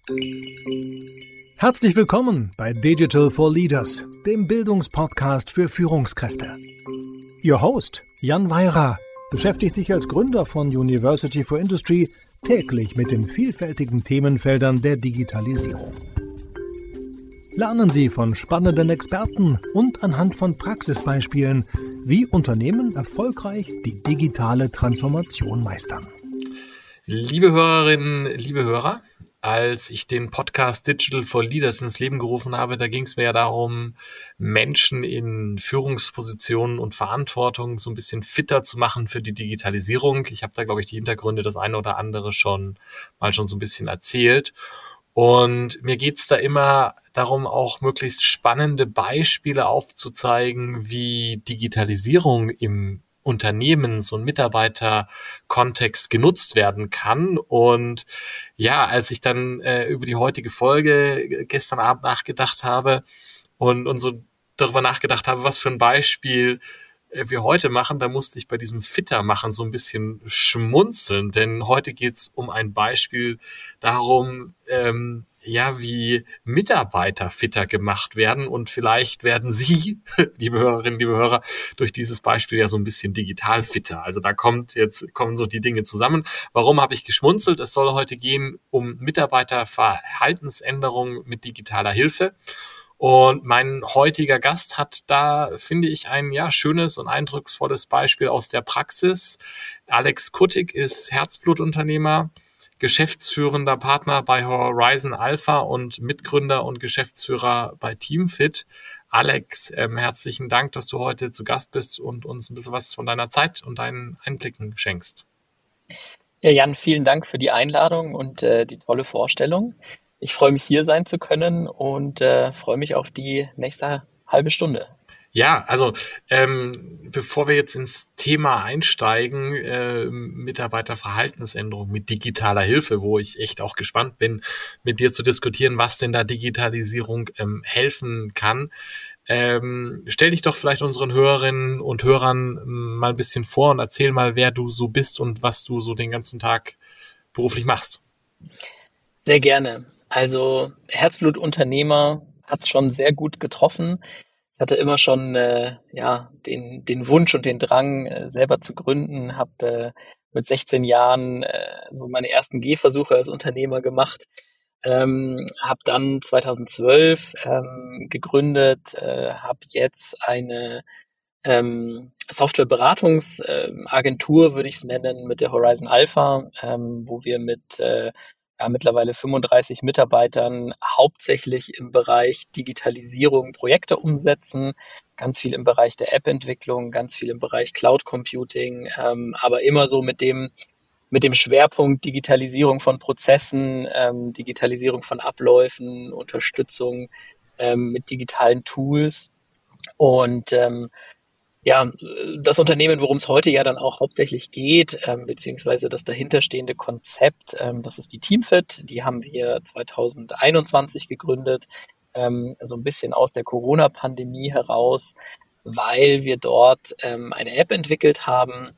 Herzlich willkommen bei Digital for Leaders, dem Bildungspodcast für Führungskräfte. Ihr Host, Jan Weira, beschäftigt sich als Gründer von University for Industry täglich mit den vielfältigen Themenfeldern der Digitalisierung. Lernen Sie von spannenden Experten und anhand von Praxisbeispielen, wie Unternehmen erfolgreich die digitale Transformation meistern. Liebe Hörerinnen, liebe Hörer, als ich den Podcast Digital for Leaders ins Leben gerufen habe, da ging es mir ja darum, Menschen in Führungspositionen und Verantwortung so ein bisschen fitter zu machen für die Digitalisierung. Ich habe da, glaube ich, die Hintergründe das eine oder andere schon so ein bisschen erzählt. Und mir geht's da immer darum, auch möglichst spannende Beispiele aufzuzeigen, wie Digitalisierung im Unternehmens- und Mitarbeiterkontext genutzt werden kann. Und ja, als ich dann über die heutige Folge gestern Abend nachgedacht habe und so darüber nachgedacht habe, was für ein Beispiel wir heute machen, da musste ich bei diesem Fitter-Machen so ein bisschen schmunzeln, denn heute geht's um ein Beispiel darum, wie Mitarbeiter fitter gemacht werden, und vielleicht werden Sie, liebe Hörerinnen, liebe Hörer, durch dieses Beispiel ja so ein bisschen digital fitter. Also da kommen so die Dinge zusammen. Warum habe ich geschmunzelt? Es soll heute gehen um Mitarbeiterverhaltensänderung mit digitaler Hilfe. Und mein heutiger Gast hat da, finde ich, ein schönes und eindrucksvolles Beispiel aus der Praxis. Alex Kuttig ist Herzblutunternehmer, geschäftsführender Partner bei Horizon Alpha und Mitgründer und Geschäftsführer bei Teamfit. Alex, herzlichen Dank, dass du heute zu Gast bist und uns ein bisschen was von deiner Zeit und deinen Einblicken schenkst. Ja, Jan, vielen Dank für die Einladung und die tolle Vorstellung. Ich freue mich, hier sein zu können und freue mich auf die nächste halbe Stunde. Ja, also bevor wir jetzt ins Thema einsteigen, Mitarbeiterverhaltensänderung mit digitaler Hilfe, wo ich echt auch gespannt bin, mit dir zu diskutieren, was denn da Digitalisierung helfen kann. Stell dich doch vielleicht unseren Hörerinnen und Hörern mal ein bisschen vor und erzähl mal, wer du so bist und was du so den ganzen Tag beruflich machst. Sehr gerne. Also Herzblutunternehmer hat es schon sehr gut getroffen. Ich hatte immer schon den Wunsch und den Drang, selber zu gründen, habe mit 16 Jahren so meine ersten Gehversuche als Unternehmer gemacht, habe dann 2012 gegründet, habe jetzt eine Softwareberatungsagentur, würde ich es nennen, mit der Horizon Alpha, wo wir mit mittlerweile 35 Mitarbeitern hauptsächlich im Bereich Digitalisierung Projekte umsetzen, ganz viel im Bereich der App-Entwicklung, ganz viel im Bereich Cloud Computing, aber immer so mit dem Schwerpunkt Digitalisierung von Prozessen, Digitalisierung von Abläufen, Unterstützung mit digitalen Tools. Und das Unternehmen, worum es heute ja dann auch hauptsächlich geht, beziehungsweise das dahinterstehende Konzept, das ist die Teamfit. Die haben wir 2021 gegründet, so ein bisschen aus der Corona-Pandemie heraus, weil wir dort eine App entwickelt haben,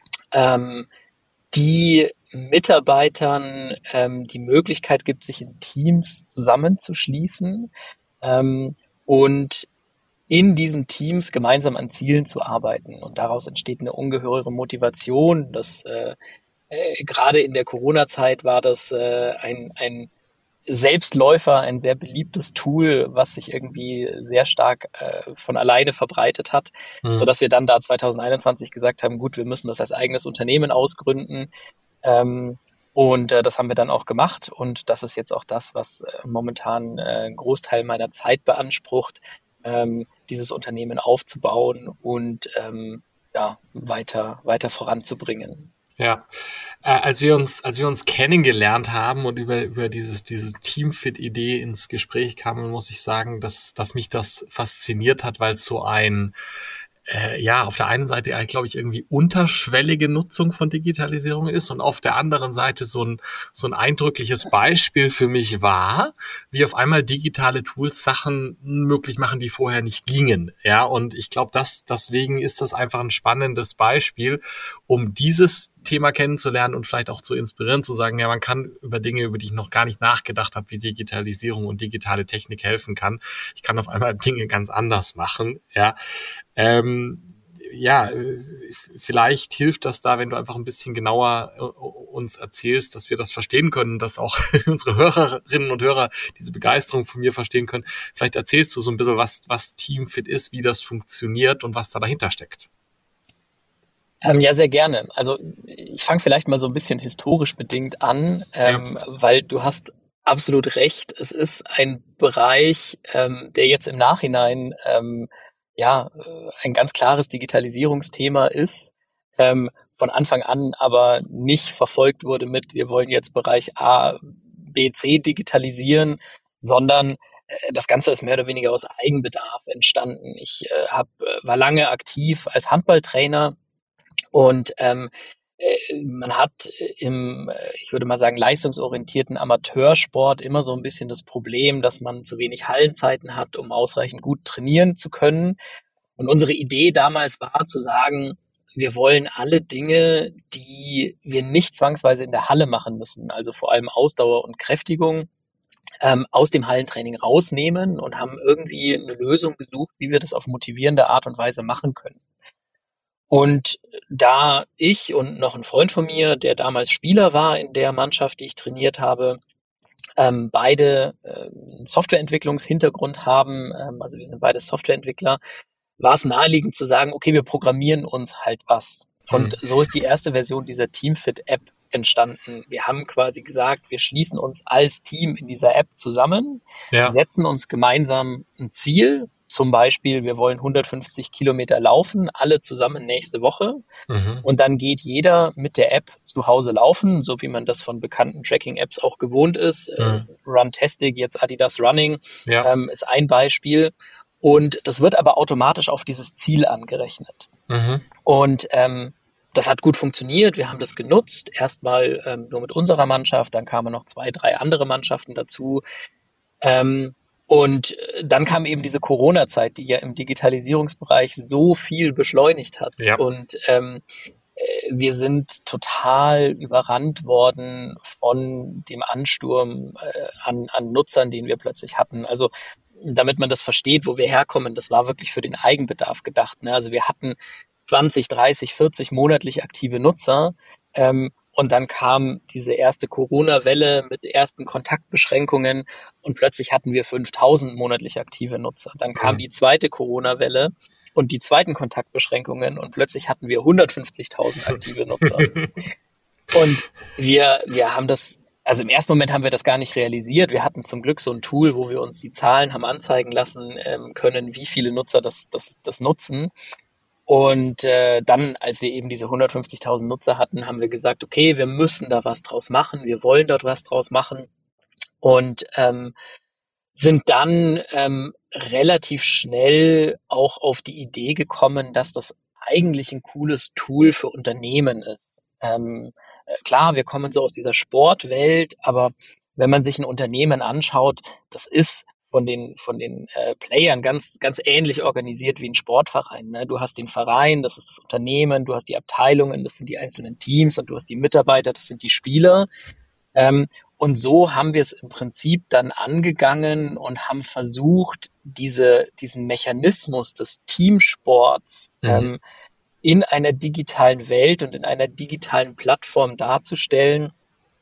die Mitarbeitern die Möglichkeit gibt, sich in Teams zusammenzuschließen und in diesen Teams gemeinsam an Zielen zu arbeiten. Und daraus entsteht eine ungeheure Motivation. Das gerade in der Corona-Zeit war das ein Selbstläufer, ein sehr beliebtes Tool, was sich irgendwie sehr stark von alleine verbreitet hat, sodass wir dann da 2021 gesagt haben, gut, wir müssen das als eigenes Unternehmen ausgründen. Und das haben wir dann auch gemacht. Und das ist jetzt auch das, was momentan einen Großteil meiner Zeit beansprucht, dieses Unternehmen aufzubauen und weiter voranzubringen. Ja, als wir uns kennengelernt haben und über diese Teamfit-Idee ins Gespräch kamen, muss ich sagen, dass mich das fasziniert hat, weil es so ein auf der einen Seite, glaube ich, irgendwie unterschwellige Nutzung von Digitalisierung ist und auf der anderen Seite so ein eindrückliches Beispiel für mich war, wie auf einmal digitale Tools Sachen möglich machen, die vorher nicht gingen. Ja, und ich glaube, deswegen ist das einfach ein spannendes Beispiel, um dieses Thema kennenzulernen und vielleicht auch zu inspirieren, zu sagen, ja, man kann über Dinge, über die ich noch gar nicht nachgedacht habe, wie Digitalisierung und digitale Technik helfen kann. Ich kann auf einmal Dinge ganz anders machen, ja. Vielleicht hilft das da, wenn du einfach ein bisschen genauer uns erzählst, dass wir das verstehen können, dass auch unsere Hörerinnen und Hörer diese Begeisterung von mir verstehen können. Vielleicht erzählst du so ein bisschen, was Teamfit ist, wie das funktioniert und was da dahinter steckt. Ja, sehr gerne. Also ich fange vielleicht mal so ein bisschen historisch bedingt an, weil du hast absolut recht. Es ist ein Bereich, der jetzt im Nachhinein ein ganz klares Digitalisierungsthema ist, von Anfang an aber nicht verfolgt wurde mit, wir wollen jetzt Bereich A, B, C digitalisieren, sondern das Ganze ist mehr oder weniger aus Eigenbedarf entstanden. Ich war lange aktiv als Handballtrainer und man hat ich würde mal sagen, leistungsorientierten Amateursport immer so ein bisschen das Problem, dass man zu wenig Hallenzeiten hat, um ausreichend gut trainieren zu können. Und unsere Idee damals war zu sagen, wir wollen alle Dinge, die wir nicht zwangsweise in der Halle machen müssen, also vor allem Ausdauer und Kräftigung, aus dem Hallentraining rausnehmen und haben irgendwie eine Lösung gesucht, wie wir das auf motivierende Art und Weise machen können. Und da ich und noch ein Freund von mir, der damals Spieler war in der Mannschaft, die ich trainiert habe, beide einen Softwareentwicklungshintergrund haben, also wir sind beide Softwareentwickler, war es naheliegend zu sagen, okay, wir programmieren uns halt was. Und so ist die erste Version dieser Teamfit-App entstanden. Wir haben quasi gesagt, wir schließen uns als Team in dieser App zusammen, setzen uns gemeinsam ein Ziel. Zum Beispiel, wir wollen 150 Kilometer laufen, alle zusammen nächste Woche. Und dann geht jeder mit der App zu Hause laufen, so wie man das von bekannten Tracking-Apps auch gewohnt ist. Runtastic, jetzt Adidas Running, ist ein Beispiel. Und das wird aber automatisch auf dieses Ziel angerechnet. Und das hat gut funktioniert. Wir haben das genutzt. Erstmal nur mit unserer Mannschaft, dann kamen noch 2, 3 andere Mannschaften dazu. Und dann kam eben diese Corona-Zeit, die ja im Digitalisierungsbereich so viel beschleunigt hat. Ja. Und wir sind total überrannt worden von dem Ansturm an Nutzern, den wir plötzlich hatten. Also damit man das versteht, wo wir herkommen, das war wirklich für den Eigenbedarf gedacht. Ne? Also wir hatten 20, 30, 40 monatlich aktive Nutzer. Und dann kam diese erste Corona-Welle mit ersten Kontaktbeschränkungen und plötzlich hatten wir 5.000 monatlich aktive Nutzer. Dann kam die zweite Corona-Welle und die zweiten Kontaktbeschränkungen und plötzlich hatten wir 150.000 aktive Nutzer. Und wir haben das, also im ersten Moment haben wir das gar nicht realisiert. Wir hatten zum Glück so ein Tool, wo wir uns die Zahlen haben anzeigen lassen können, wie viele Nutzer das nutzen. Und dann, als wir eben diese 150.000 Nutzer hatten, haben wir gesagt, okay, wir müssen da was draus machen, wir wollen dort was draus machen und sind dann relativ schnell auch auf die Idee gekommen, dass das eigentlich ein cooles Tool für Unternehmen ist. Klar, wir kommen so aus dieser Sportwelt, aber wenn man sich ein Unternehmen anschaut, das ist von den Playern ganz ähnlich organisiert wie ein Sportverein. Ne? Du hast den Verein, das ist das Unternehmen, du hast die Abteilungen, das sind die einzelnen Teams und du hast die Mitarbeiter, das sind die Spieler. Und so haben wir es im Prinzip dann angegangen und haben versucht, diesen Mechanismus des Teamsports in einer digitalen Welt und in einer digitalen Plattform darzustellen.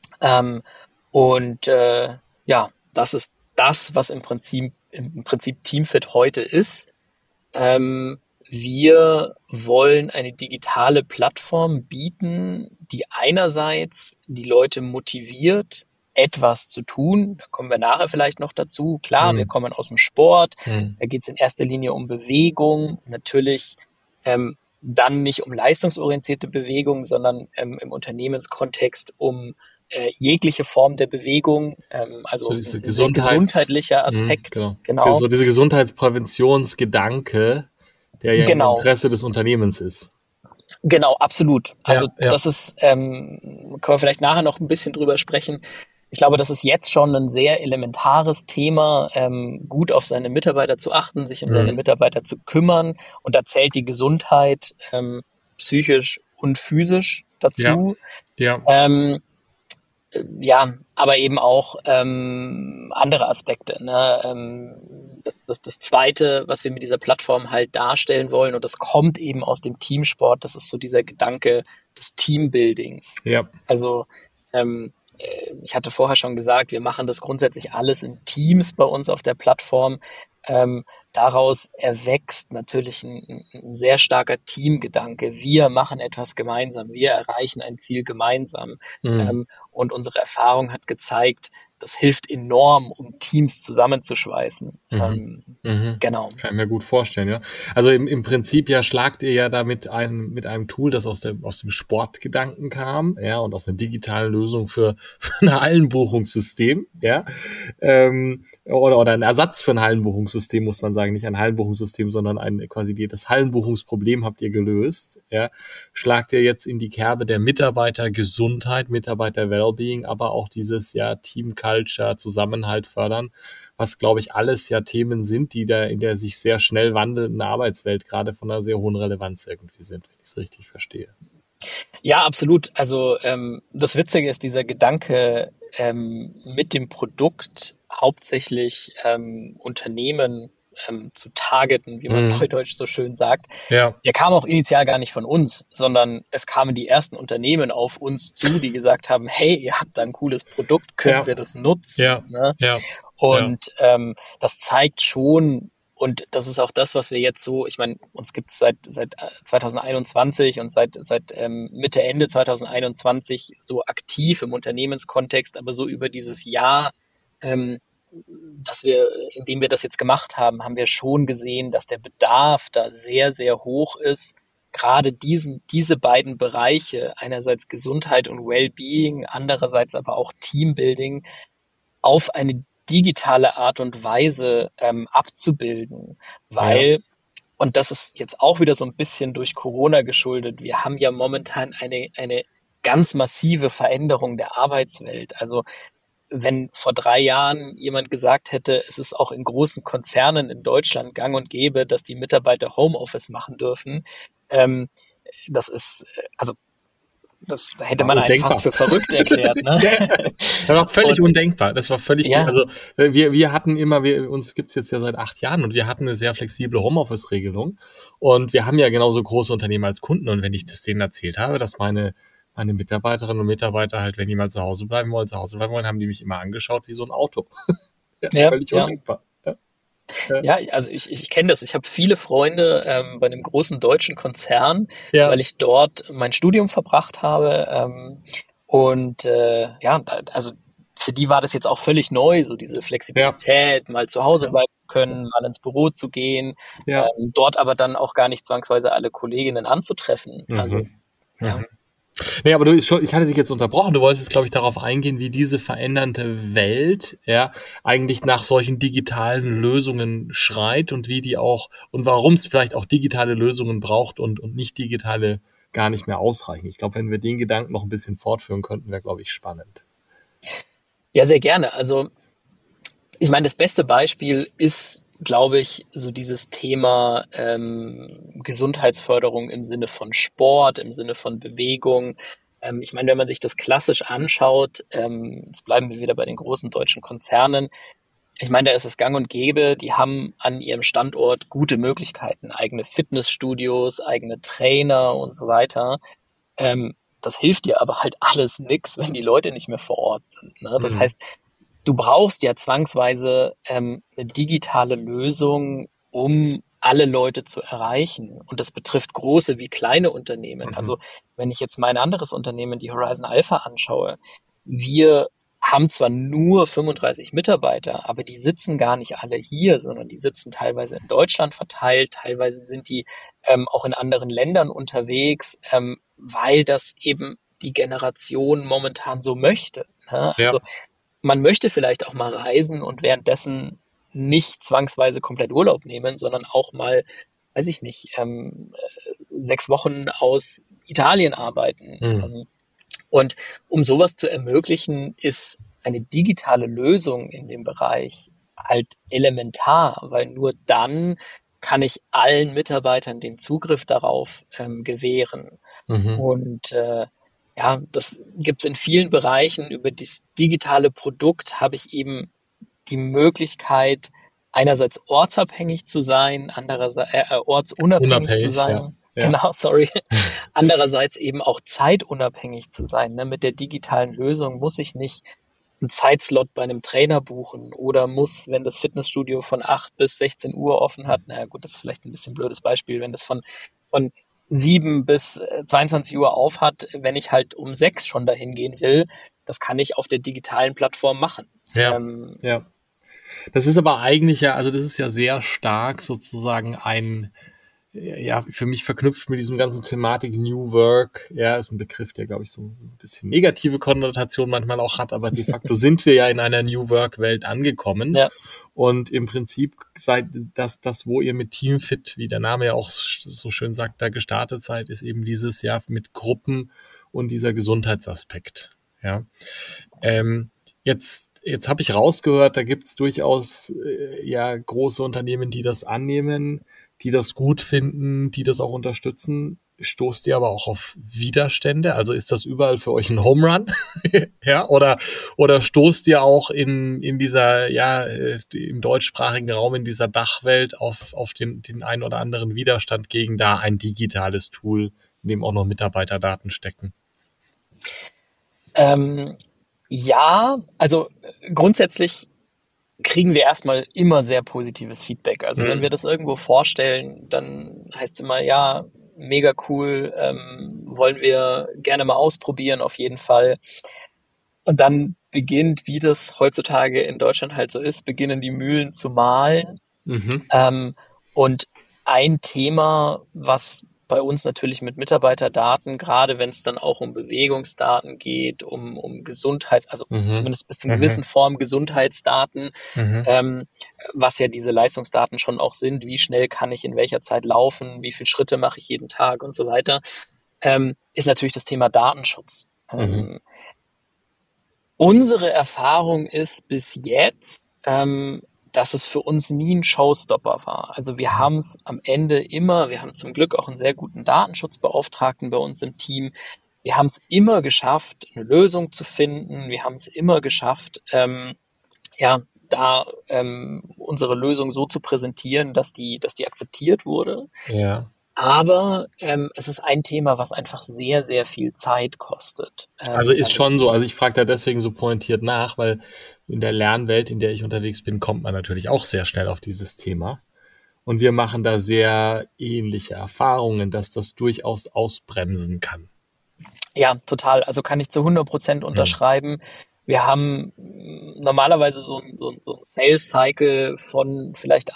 Das ist das, was im Prinzip Teamfit heute ist. Wir wollen eine digitale Plattform bieten, die einerseits die Leute motiviert, etwas zu tun. Da kommen wir nachher vielleicht noch dazu. Klar, wir kommen aus dem Sport. Da geht es in erster Linie um Bewegung. Natürlich dann nicht um leistungsorientierte Bewegung, sondern im Unternehmenskontext um jegliche Form der Bewegung, also so ein gesundheitlicher Aspekt. Genau. So diese Gesundheitspräventionsgedanke, der ja im Interesse des Unternehmens ist. Genau, absolut. Also das ist, können wir vielleicht nachher noch ein bisschen drüber sprechen. Ich glaube, das ist jetzt schon ein sehr elementares Thema, gut auf seine Mitarbeiter zu achten, sich um seine Mitarbeiter zu kümmern. Und da zählt die Gesundheit psychisch und physisch dazu. Ja. Ja, aber eben auch andere Aspekte. Ne? Das Zweite, was wir mit dieser Plattform halt darstellen wollen, und das kommt eben aus dem Teamsport, das ist so dieser Gedanke des Teambuildings. Ja. Also ich hatte vorher schon gesagt, wir machen das grundsätzlich alles in Teams bei uns auf der Plattform. Daraus erwächst natürlich ein sehr starker Teamgedanke. Wir machen etwas gemeinsam, wir erreichen ein Ziel gemeinsam. Und unsere Erfahrung hat gezeigt, das hilft enorm, um Teams zusammenzuschweißen. Genau. Kann ich mir gut vorstellen, ja. Also im Prinzip ja schlagt ihr ja da mit einem Tool, das aus dem Sportgedanken kam, ja, und aus einer digitalen Lösung für ein Hallenbuchungssystem, ja, oder ein Ersatz für ein Hallenbuchungssystem, muss man sagen, nicht ein Hallenbuchungssystem, sondern das Hallenbuchungsproblem habt ihr gelöst, ja, schlagt ihr jetzt in die Kerbe der Mitarbeitergesundheit, Mitarbeiter-Wellbeing, aber auch dieses, ja, Team-Culture, Zusammenhalt fördern, was, glaube ich, alles ja Themen sind, die da in der sich sehr schnell wandelnden Arbeitswelt gerade von einer sehr hohen Relevanz irgendwie sind, wenn ich es richtig verstehe. Ja, absolut. Also das Witzige ist dieser Gedanke, mit dem Produkt hauptsächlich Unternehmen zu targeten, wie man neudeutsch so schön sagt. Ja. Der kam auch initial gar nicht von uns, sondern es kamen die ersten Unternehmen auf uns zu, die gesagt haben, hey, ihr habt da ein cooles Produkt, können wir das nutzen? Ja. Ne? Ja. Und das zeigt schon, und das ist auch das, was wir jetzt so, ich meine, uns gibt es seit 2021 und seit Mitte, Ende 2021 so aktiv im Unternehmenskontext, aber so über dieses Jahr, indem wir das jetzt gemacht haben, haben wir schon gesehen, dass der Bedarf da sehr, sehr hoch ist. Gerade diese beiden Bereiche, einerseits Gesundheit und Wellbeing, andererseits aber auch Teambuilding, auf eine digitale Art und Weise abzubilden, weil, und das ist jetzt auch wieder so ein bisschen durch Corona geschuldet, wir haben ja momentan eine ganz massive Veränderung der Arbeitswelt. Also wenn vor 3 Jahren jemand gesagt hätte, es ist auch in großen Konzernen in Deutschland gang und gäbe, dass die Mitarbeiter Homeoffice machen dürfen, das ist, also das hätte man einen fast für verrückt erklärt, ne? Das war völlig undenkbar. Das war völlig, also wir hatten immer, uns gibt's jetzt ja seit 8 Jahren und wir hatten eine sehr flexible Homeoffice-Regelung und wir haben ja genauso große Unternehmen als Kunden und wenn ich das denen erzählt habe, dass meine Mitarbeiterinnen und Mitarbeiter halt, wenn die mal zu Hause bleiben wollen, haben die mich immer angeschaut wie so ein Auto. Völlig undenkbar. Ja, also ich kenne das. Ich habe viele Freunde bei einem großen deutschen Konzern, weil ich dort mein Studium verbracht habe. Also für die war das jetzt auch völlig neu, so diese Flexibilität, mal zu Hause bleiben zu können, mal ins Büro zu gehen, dort aber dann auch gar nicht zwangsweise alle Kolleginnen anzutreffen. Also Nee, aber ich hatte dich jetzt unterbrochen. Du wolltest jetzt, glaube ich, darauf eingehen, wie diese verändernde Welt eigentlich nach solchen digitalen Lösungen schreit und wie die auch und warum es vielleicht auch digitale Lösungen braucht und nicht digitale gar nicht mehr ausreichen. Ich glaube, wenn wir den Gedanken noch ein bisschen fortführen könnten, wäre, glaube ich, spannend. Ja, sehr gerne. Also ich meine, das beste Beispiel ist, glaube ich, so dieses Thema Gesundheitsförderung im Sinne von Sport, im Sinne von Bewegung. Ich meine, wenn man sich das klassisch anschaut, jetzt bleiben wir wieder bei den großen deutschen Konzernen. Ich meine, da ist es gang und gäbe, die haben an ihrem Standort gute Möglichkeiten, eigene Fitnessstudios, eigene Trainer und so weiter. Das hilft dir aber halt alles nix, wenn die Leute nicht mehr vor Ort sind. Ne? Das heißt, du brauchst ja zwangsweise eine digitale Lösung, um alle Leute zu erreichen. Und das betrifft große wie kleine Unternehmen. Also wenn ich jetzt mein anderes Unternehmen, die Horizon Alpha, anschaue, wir haben zwar nur 35 Mitarbeiter, aber die sitzen gar nicht alle hier, sondern die sitzen teilweise in Deutschland verteilt, teilweise sind die auch in anderen Ländern unterwegs, weil das eben die Generation momentan so möchte. Ne? Also man möchte vielleicht auch mal reisen und währenddessen nicht zwangsweise komplett Urlaub nehmen, sondern auch mal, weiß ich nicht, 6 Wochen aus Italien arbeiten. Und um sowas zu ermöglichen, ist eine digitale Lösung in dem Bereich halt elementar, weil nur dann kann ich allen Mitarbeitern den Zugriff darauf gewähren. Und ja, das gibt's in vielen Bereichen. Über das digitale Produkt habe ich eben die Möglichkeit, einerseits ortsabhängig zu sein, andererseits ortsunabhängig zu Unabhängig, ja. sein. Genau, sorry. Andererseits eben auch zeitunabhängig zu sein. Ne? Mit der digitalen Lösung muss ich nicht einen Zeitslot bei einem Trainer buchen oder muss, wenn das Fitnessstudio von 8 bis 16 Uhr offen hat, naja gut, das ist vielleicht ein bisschen blödes Beispiel, wenn das von 7 bis 22 Uhr auf hat, wenn ich halt um 6 schon dahin gehen will, das kann ich auf der digitalen Plattform machen. Ja. Das ist aber eigentlich ja, also das ist ja sehr stark sozusagen ja, für mich verknüpft mit diesem ganzen Thematik New Work, ja, ist ein Begriff, der, glaube ich, so ein bisschen negative Konnotation manchmal auch hat, aber de facto sind wir ja in einer New Work-Welt angekommen. Ja. Und im Prinzip seid das, wo ihr mit Teamfit, wie der Name ja auch so schön sagt, da gestartet seid, ist eben dieses Jahr mit Gruppen und dieser Gesundheitsaspekt. Ja. Jetzt habe ich rausgehört, da gibt es durchaus ja große Unternehmen, die das annehmen, die das gut finden, die das auch unterstützen. Stoßt ihr aber auch auf Widerstände? Also ist das überall für euch ein Home Run? Ja, oder stoßt ihr auch in dieser, ja, im deutschsprachigen Raum, in dieser Dachwelt auf den einen oder anderen Widerstand gegen da ein digitales Tool, in dem auch noch Mitarbeiterdaten stecken? Ja, also grundsätzlich kriegen wir erstmal immer sehr positives Feedback. Also wenn wir das irgendwo vorstellen, dann heißt es immer, ja, mega cool, wollen wir gerne mal ausprobieren, auf jeden Fall. Und dann beginnt, wie das heutzutage in Deutschland halt so ist, beginnen die Mühlen zu mahlen. Und ein Thema, was bei uns natürlich mit Mitarbeiterdaten, gerade wenn es dann auch um Bewegungsdaten geht, um also zumindest bis zu einer gewissen Form Gesundheitsdaten, was ja diese Leistungsdaten schon auch sind, wie schnell kann ich in welcher Zeit laufen, wie viele Schritte mache ich jeden Tag und so weiter, ist natürlich das Thema Datenschutz. Unsere Erfahrung ist bis jetzt, dass es für uns nie ein Showstopper war. Also wir haben es am Ende immer, wir haben zum Glück auch einen sehr guten Datenschutzbeauftragten bei uns im Team. Wir haben es immer geschafft, eine Lösung zu finden. Wir haben es immer geschafft, unsere Lösung so zu präsentieren, dass die akzeptiert wurde. Ja. Aber es ist ein Thema, was einfach sehr, sehr viel Zeit kostet. Also ist schon so, also ich frage da deswegen so pointiert nach, weil in der Lernwelt, in der ich unterwegs bin, kommt man natürlich auch sehr schnell auf dieses Thema. Und wir machen da sehr ähnliche Erfahrungen, dass das durchaus ausbremsen kann. Ja, total. Also kann ich zu 100% unterschreiben. Wir haben normalerweise so ein Sales-Cycle von vielleicht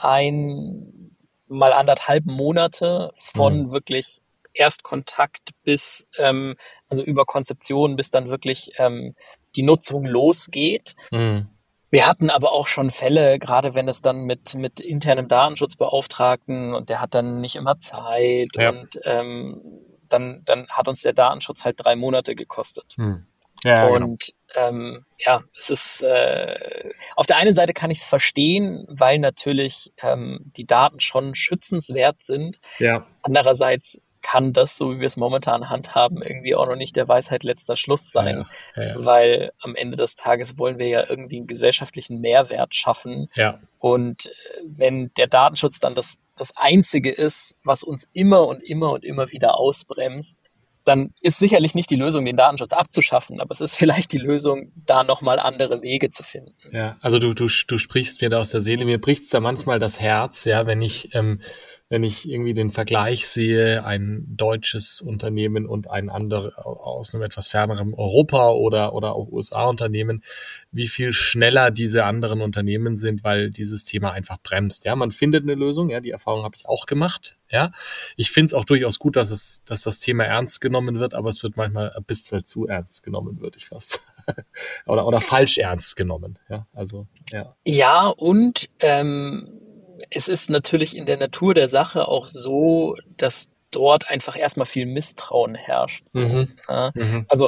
1-1,5 Monate von wirklich Erstkontakt bis, also über Konzeption bis dann wirklich die Nutzung losgeht. Wir hatten aber auch schon Fälle, gerade wenn es dann mit internem Datenschutzbeauftragten und der hat dann nicht immer Zeit und dann hat uns der Datenschutz halt 3 Monate gekostet. Ja, und es ist auf der einen Seite kann ich es verstehen, weil natürlich die Daten schon schützenswert sind. Ja. Andererseits kann das, so wie wir es momentan handhaben, irgendwie auch noch nicht der Weisheit letzter Schluss sein, weil am Ende des Tages wollen wir ja irgendwie einen gesellschaftlichen Mehrwert schaffen. Ja. Und wenn der Datenschutz dann das Einzige ist, was uns immer und immer und immer wieder ausbremst, dann ist sicherlich nicht die Lösung, den Datenschutz abzuschaffen, aber es ist vielleicht die Lösung, da nochmal andere Wege zu finden. Ja, also du sprichst mir da aus der Seele. Mir bricht's da manchmal das Herz, ja, wenn ich irgendwie den Vergleich sehe, ein deutsches Unternehmen und ein anderes aus einem etwas ferneren Europa oder auch USA-Unternehmen, wie viel schneller diese anderen Unternehmen sind, weil dieses Thema einfach bremst. Ja, man findet eine Lösung, ja, die Erfahrung habe ich auch gemacht. Ja, ich finde es auch durchaus gut, dass das Thema ernst genommen wird, aber es wird manchmal ein bisschen zu ernst genommen, würde ich fast. oder falsch ernst genommen. Ja, also, ja. Ja, und es ist natürlich in der Natur der Sache auch so, dass dort einfach erstmal viel Misstrauen herrscht. Also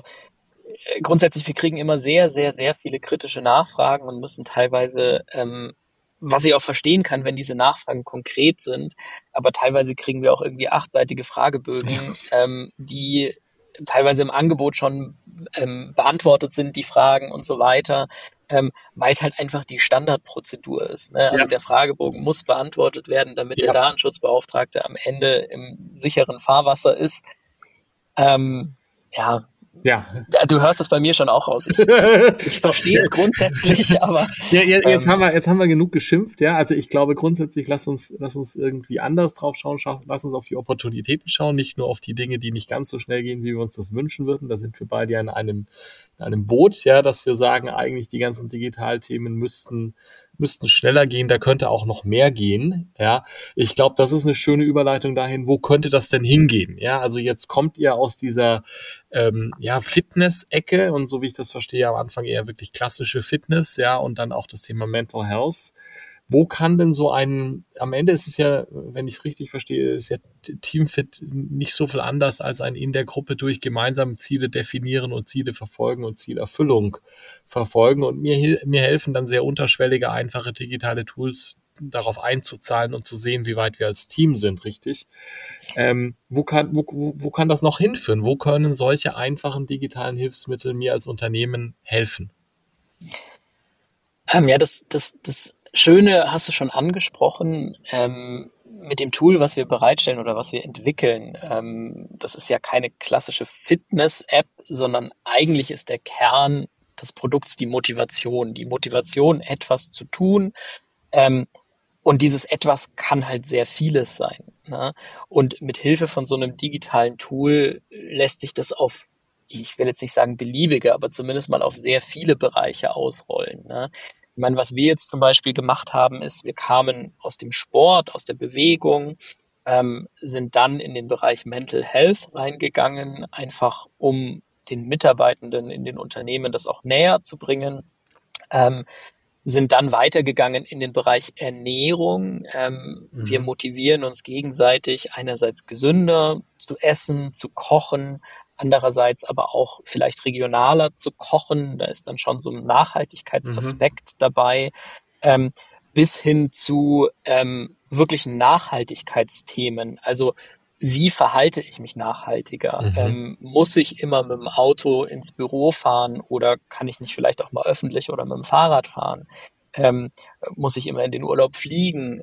grundsätzlich, wir kriegen immer sehr, sehr, sehr viele kritische Nachfragen und müssen teilweise was ich auch verstehen kann, wenn diese Nachfragen konkret sind, aber teilweise kriegen wir auch irgendwie 8-seitige Fragebögen, die teilweise im Angebot schon beantwortet sind, die Fragen und so weiter, weil es halt einfach die Standardprozedur ist. Ne? Also der Fragebogen muss beantwortet werden, damit der Datenschutzbeauftragte am Ende im sicheren Fahrwasser ist. Du hörst es bei mir schon auch raus. Ich verstehe es grundsätzlich, aber jetzt haben wir genug geschimpft, ja. Also ich glaube grundsätzlich, lass uns irgendwie anders drauf schauen, lass uns auf die Opportunitäten schauen, nicht nur auf die Dinge, die nicht ganz so schnell gehen, wie wir uns das wünschen würden. Da sind wir beide ja in einem Boot, ja, dass wir sagen, eigentlich die ganzen Digitalthemen müssten schneller gehen, da könnte auch noch mehr gehen, ja. Ich glaube, das ist eine schöne Überleitung dahin, wo könnte das denn hingehen, ja. Also jetzt kommt ihr aus dieser Fitness-Ecke und so wie ich das verstehe, am Anfang eher wirklich klassische Fitness, ja, und dann auch das Thema Mental Health. Wo kann denn am Ende ist es ja, wenn ich es richtig verstehe, ist ja Teamfit nicht so viel anders als ein in der Gruppe durch gemeinsame Ziele definieren und Ziele verfolgen und Zielerfüllung verfolgen. Und mir helfen dann sehr unterschwellige, einfache digitale Tools, darauf einzuzahlen und zu sehen, wie weit wir als Team sind, richtig? Wo kann das noch hinführen? Wo können solche einfachen digitalen Hilfsmittel mir als Unternehmen helfen? Das Schöne hast du schon angesprochen, mit dem Tool, was wir bereitstellen oder was wir entwickeln. Das ist ja keine klassische Fitness-App, sondern eigentlich ist der Kern des Produkts die Motivation, etwas zu tun. Und dieses etwas kann halt sehr vieles sein. Ne? Und mit Hilfe von so einem digitalen Tool lässt sich das auf, ich will jetzt nicht sagen beliebige, aber zumindest mal auf sehr viele Bereiche ausrollen. Ne? Ich meine, was wir jetzt zum Beispiel gemacht haben, ist, wir kamen aus dem Sport, aus der Bewegung, sind dann in den Bereich Mental Health reingegangen, einfach um den Mitarbeitenden in den Unternehmen das auch näher zu bringen. Sind dann weitergegangen in den Bereich Ernährung. Wir motivieren uns gegenseitig, einerseits gesünder zu essen, zu kochen, andererseits aber auch vielleicht regionaler zu kochen. Da ist dann schon so ein Nachhaltigkeitsaspekt dabei, bis hin zu wirklichen Nachhaltigkeitsthemen. Also wie verhalte ich mich nachhaltiger? Muss ich immer mit dem Auto ins Büro fahren oder kann ich nicht vielleicht auch mal öffentlich oder mit dem Fahrrad fahren? Muss ich immer in den Urlaub fliegen?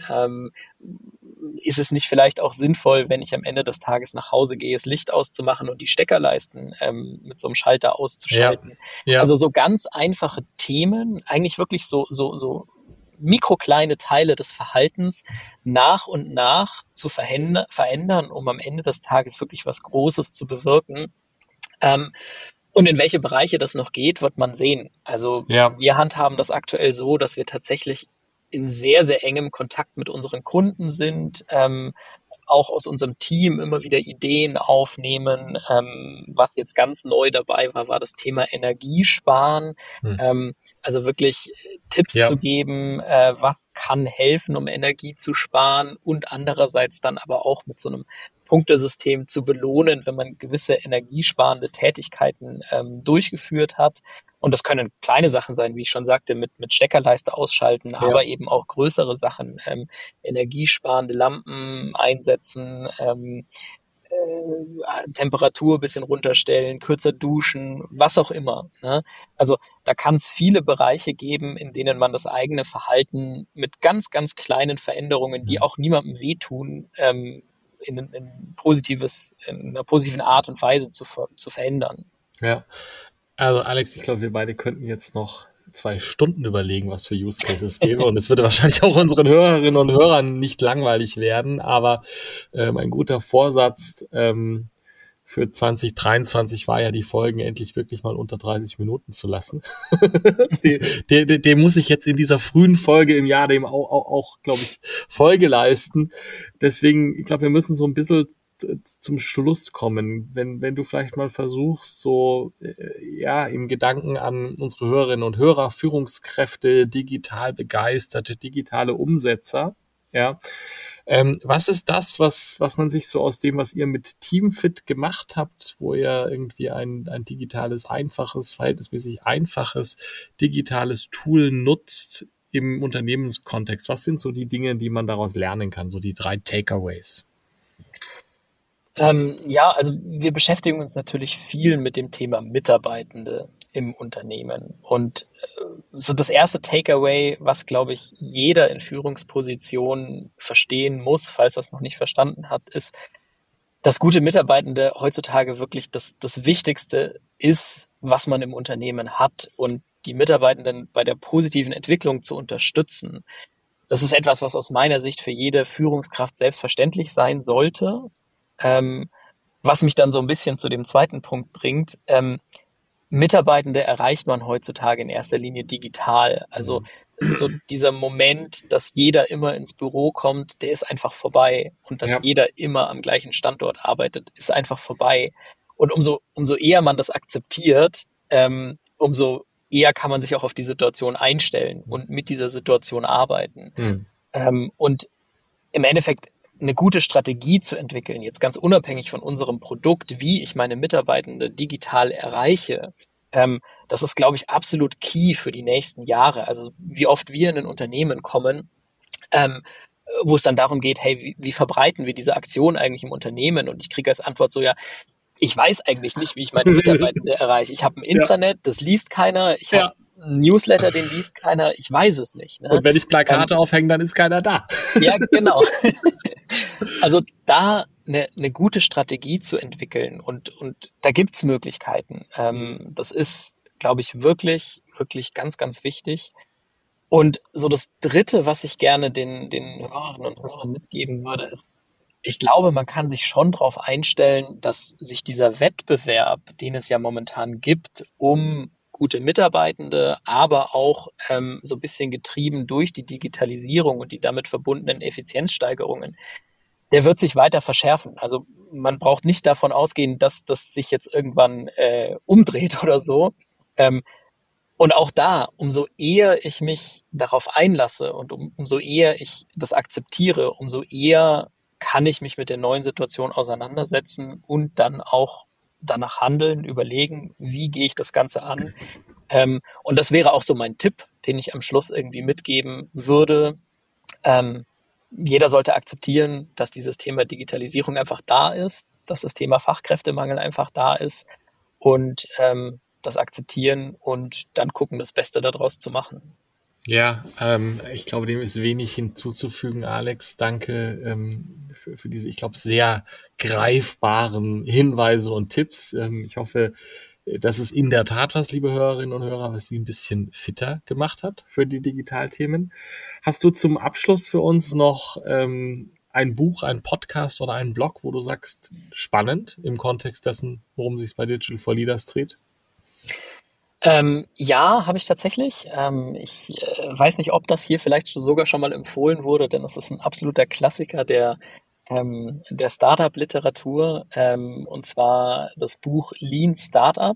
Ist es nicht vielleicht auch sinnvoll, wenn ich am Ende des Tages nach Hause gehe, das Licht auszumachen und die Steckerleisten mit so einem Schalter auszuschalten? Ja. Also so ganz einfache Themen, eigentlich wirklich so mikrokleine Teile des Verhaltens nach und nach zu verändern, um am Ende des Tages wirklich was Großes zu bewirken. Und in welche Bereiche das noch geht, wird man sehen. Also wir handhaben das aktuell so, dass wir tatsächlich in sehr, sehr engem Kontakt mit unseren Kunden sind, auch aus unserem Team immer wieder Ideen aufnehmen. Was jetzt ganz neu dabei war das Thema Energiesparen. Also wirklich Tipps zu geben, was kann helfen, um Energie zu sparen und andererseits dann aber auch mit so einem Punktesystem zu belohnen, wenn man gewisse energiesparende Tätigkeiten durchgeführt hat. Und das können kleine Sachen sein, wie ich schon sagte, mit Steckerleiste ausschalten, aber eben auch größere Sachen, energiesparende Lampen einsetzen, Temperatur ein bisschen runterstellen, kürzer duschen, was auch immer. Ne? Also da kann es viele Bereiche geben, in denen man das eigene Verhalten mit ganz, ganz kleinen Veränderungen, die auch niemandem wehtun, in einer positiven Art und Weise zu verändern. Ja, also Alex, ich glaube, wir beide könnten jetzt noch 2 Stunden überlegen, was für Use Cases gäbe und es würde wahrscheinlich auch unseren Hörerinnen und Hörern nicht langweilig werden, aber ein guter Vorsatz für 2023 war ja, die Folgen endlich wirklich mal unter 30 Minuten zu lassen. dem muss ich jetzt in dieser frühen Folge im Jahr dem auch glaube ich, Folge leisten. Deswegen, ich glaube, wir müssen so ein bisschen zum Schluss kommen, wenn du vielleicht mal versuchst, so im Gedanken an unsere Hörerinnen und Hörer, Führungskräfte, digital begeisterte, digitale Umsetzer, was ist das, was man sich so aus dem, was ihr mit Teamfit gemacht habt, wo ihr irgendwie ein digitales, einfaches, verhältnismäßig einfaches digitales Tool nutzt, im Unternehmenskontext? Was sind so die Dinge, die man daraus lernen kann? So die 3 Takeaways. Ja, also wir beschäftigen uns natürlich viel mit dem Thema Mitarbeitende im Unternehmen. Und so das erste Takeaway, was, glaube ich, jeder in Führungspositionen verstehen muss, falls er es noch nicht verstanden hat, ist, dass gute Mitarbeitende heutzutage wirklich das Wichtigste ist, was man im Unternehmen hat, und die Mitarbeitenden bei der positiven Entwicklung zu unterstützen. Das ist etwas, was aus meiner Sicht für jede Führungskraft selbstverständlich sein sollte. Was mich dann so ein bisschen zu dem zweiten Punkt bringt. Mitarbeitende erreicht man heutzutage in erster Linie digital. Also so dieser Moment, dass jeder immer ins Büro kommt, der ist einfach vorbei. Und dass jeder immer am gleichen Standort arbeitet, ist einfach vorbei. Und umso eher man das akzeptiert, umso eher kann man sich auch auf die Situation einstellen und mit dieser Situation arbeiten. Und im Endeffekt eine gute Strategie zu entwickeln, jetzt ganz unabhängig von unserem Produkt, wie ich meine Mitarbeitende digital erreiche, das ist, glaube ich, absolut key für die nächsten Jahre. Also wie oft wir in ein Unternehmen kommen, wo es dann darum geht, hey, wie verbreiten wir diese Aktion eigentlich im Unternehmen? Und ich kriege als Antwort so, ja, ich weiß eigentlich nicht, wie ich meine Mitarbeitende erreiche. Ich habe ein Intranet, das liest keiner. Ich habe einen Newsletter, den liest keiner. Ich weiß es nicht. Ne? Und wenn ich Plakate aufhänge, dann ist keiner da. Ja, genau. Also da eine gute Strategie zu entwickeln, und da gibt's Möglichkeiten. Das ist, glaube ich, wirklich, wirklich ganz, ganz wichtig. Und so das Dritte, was ich gerne den Hörerinnen und Hörern mitgeben würde, ist, ich glaube, man kann sich schon darauf einstellen, dass sich dieser Wettbewerb, den es ja momentan gibt, um gute Mitarbeitende, aber auch so ein bisschen getrieben durch die Digitalisierung und die damit verbundenen Effizienzsteigerungen, der wird sich weiter verschärfen. Also man braucht nicht davon ausgehen, dass das sich jetzt irgendwann umdreht oder so. Und auch da, umso eher ich mich darauf einlasse und umso eher ich das akzeptiere, umso eher kann ich mich mit der neuen Situation auseinandersetzen und dann auch danach handeln, überlegen, wie gehe ich das Ganze an. Und das wäre auch so mein Tipp, den ich am Schluss irgendwie mitgeben würde. Jeder sollte akzeptieren, dass dieses Thema Digitalisierung einfach da ist, dass das Thema Fachkräftemangel einfach da ist, und das akzeptieren und dann gucken, das Beste daraus zu machen. Ja, ich glaube, dem ist wenig hinzuzufügen, Alex. Danke für diese, ich glaube, sehr greifbaren Hinweise und Tipps. Ich hoffe, dass es in der Tat was, liebe Hörerinnen und Hörer, was Sie ein bisschen fitter gemacht hat für die Digitalthemen. Hast du zum Abschluss für uns noch ein Buch, ein Podcast oder einen Blog, wo du sagst, spannend im Kontext dessen, worum es sich bei Digital for Leaders dreht? Ja, habe ich tatsächlich. Ich weiß nicht, ob das hier vielleicht sogar schon mal empfohlen wurde, denn es ist ein absoluter Klassiker der Startup-Literatur, und zwar das Buch Lean Startup.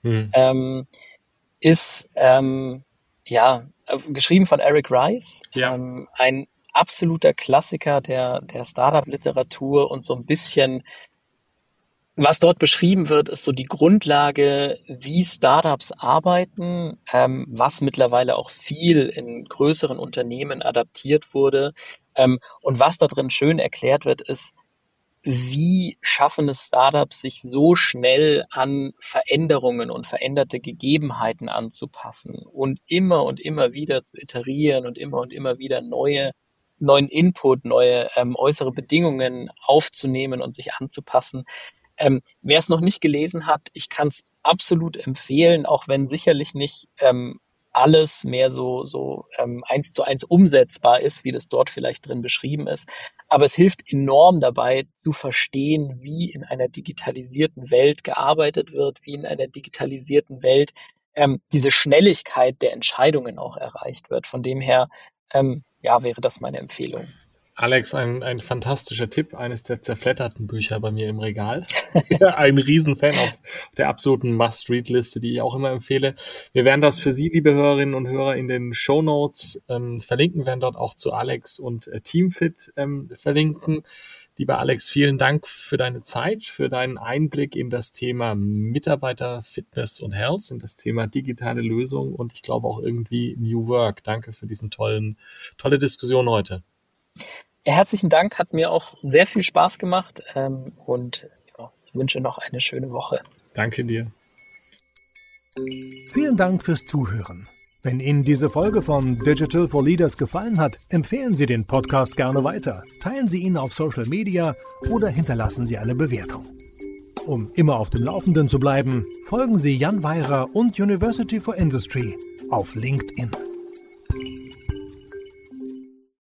Ist geschrieben von Eric Rice, ein absoluter Klassiker der Startup-Literatur, und so ein bisschen, was dort beschrieben wird, ist so die Grundlage, wie Startups arbeiten, was mittlerweile auch viel in größeren Unternehmen adaptiert wurde. Und was da drin schön erklärt wird, ist, wie schaffen es Startups, sich so schnell an Veränderungen und veränderte Gegebenheiten anzupassen und immer wieder zu iterieren und immer wieder neuen Input, neue äußere Bedingungen aufzunehmen und sich anzupassen. Wer es noch nicht gelesen hat, ich kann es absolut empfehlen, auch wenn sicherlich nicht alles mehr so 1:1 umsetzbar ist, wie das dort vielleicht drin beschrieben ist. Aber es hilft enorm dabei zu verstehen, wie in einer digitalisierten Welt gearbeitet wird, wie in einer digitalisierten Welt diese Schnelligkeit der Entscheidungen auch erreicht wird. Von dem her, wäre das meine Empfehlung. Alex, ein fantastischer Tipp, eines der zerfledderten Bücher bei mir im Regal. Ein Riesenfan auf der absoluten Must-Read-Liste, die ich auch immer empfehle. Wir werden das für Sie, liebe Hörerinnen und Hörer, in den Shownotes verlinken, werden dort auch zu Alex und Teamfit verlinken. Lieber Alex, vielen Dank für deine Zeit, für deinen Einblick in das Thema Mitarbeiter, Fitness und Health, in das Thema digitale Lösungen und ich glaube auch irgendwie New Work. Danke für diesen tolle Diskussion heute. Ja, herzlichen Dank, hat mir auch sehr viel Spaß gemacht und ich wünsche noch eine schöne Woche. Danke dir. Vielen Dank fürs Zuhören. Wenn Ihnen diese Folge von Digital for Leaders gefallen hat, empfehlen Sie den Podcast gerne weiter, teilen Sie ihn auf Social Media oder hinterlassen Sie eine Bewertung. Um immer auf dem Laufenden zu bleiben, folgen Sie Jan Weyra und University for Industry auf LinkedIn.